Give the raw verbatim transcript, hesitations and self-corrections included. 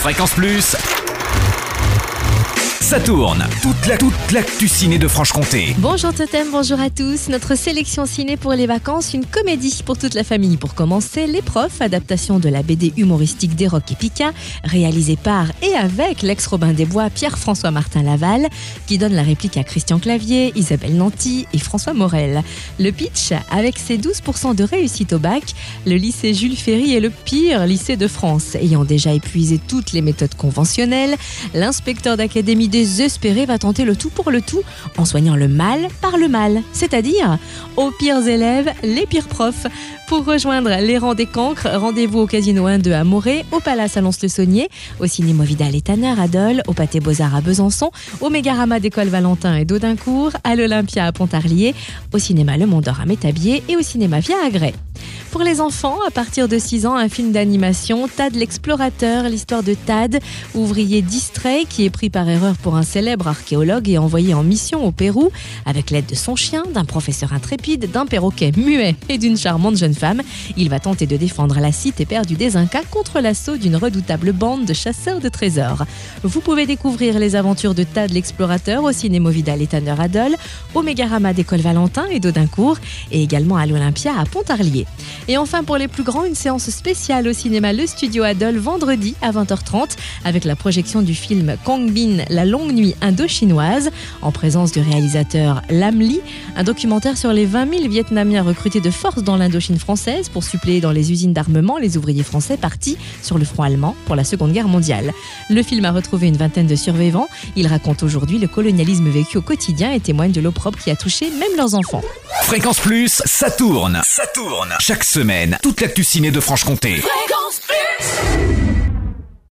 Fréquence Plus, ça tourne. Toute la, toute l'actu ciné de Franche-Comté. Bonjour Totem, bonjour à tous. Notre sélection ciné pour les vacances, une comédie pour toute la famille. Pour commencer, Les Profs, adaptation de la B D humoristique d'Eroc et Pika, réalisée par et avec l'ex-Robin des Bois Pierre-François Martin Laval, qui donne la réplique à Christian Clavier, Isabelle Nanty et François Morel. Le pitch, avec ses douze pour cent de réussite au bac, le lycée Jules Ferry est le pire lycée de France. Ayant déjà épuisé toutes les méthodes conventionnelles, l'inspecteur d'académie désespéré va tenter le tout pour le tout en soignant le mal par le mal, c'est-à-dire aux pires élèves, les pires profs. Pour rejoindre les rangs des cancres, rendez-vous au Casino un deux à Morée, au Palace à Lons-le-Saunier, au Cinéma Vidal et Tanner à Dole, au Pâté Beaux-Arts à Besançon, au Mégarama d'École Valentin et d'Audincourt, à l'Olympia à Pontarlier, au Cinéma Le Mont d'Or à Métabier et au Cinéma Via à Grès. Pour les enfants, à partir de six ans, un film d'animation, Tad l'explorateur, l'histoire de Tad, ouvrier distrait qui est pris par erreur pour un célèbre archéologue et envoyé en mission au Pérou avec l'aide de son chien, d'un professeur intrépide, d'un perroquet muet et d'une charmante jeune femme. Il va tenter de défendre la cité perdue des Incas contre l'assaut d'une redoutable bande de chasseurs de trésors. Vous pouvez découvrir les aventures de Tad l'explorateur au Cinéma Vidal et Tanner à Dole, au Mégarama d'École Valentin et d'Audincourt et également à l'Olympia à Pontarlier. Et enfin, pour les plus grands, une séance spéciale au cinéma Le Studio Adol vendredi à vingt heures trente avec la projection du film Quang Binh, la longue nuit indo-chinoise, en présence du réalisateur Lam Ly, un documentaire sur les vingt mille Vietnamiens recrutés de force dans l'Indochine française pour suppléer dans les usines d'armement les ouvriers français partis sur le front allemand pour la Seconde Guerre mondiale. Le film a retrouvé une vingtaine de survivants. Il raconte aujourd'hui le colonialisme vécu au quotidien et témoigne de l'opprobre qui a touché même leurs enfants. Fréquence Plus, ça tourne. Ça tourne. Chaque semaine, toute l'actu ciné de Franche-Comté. Fréquence Plus.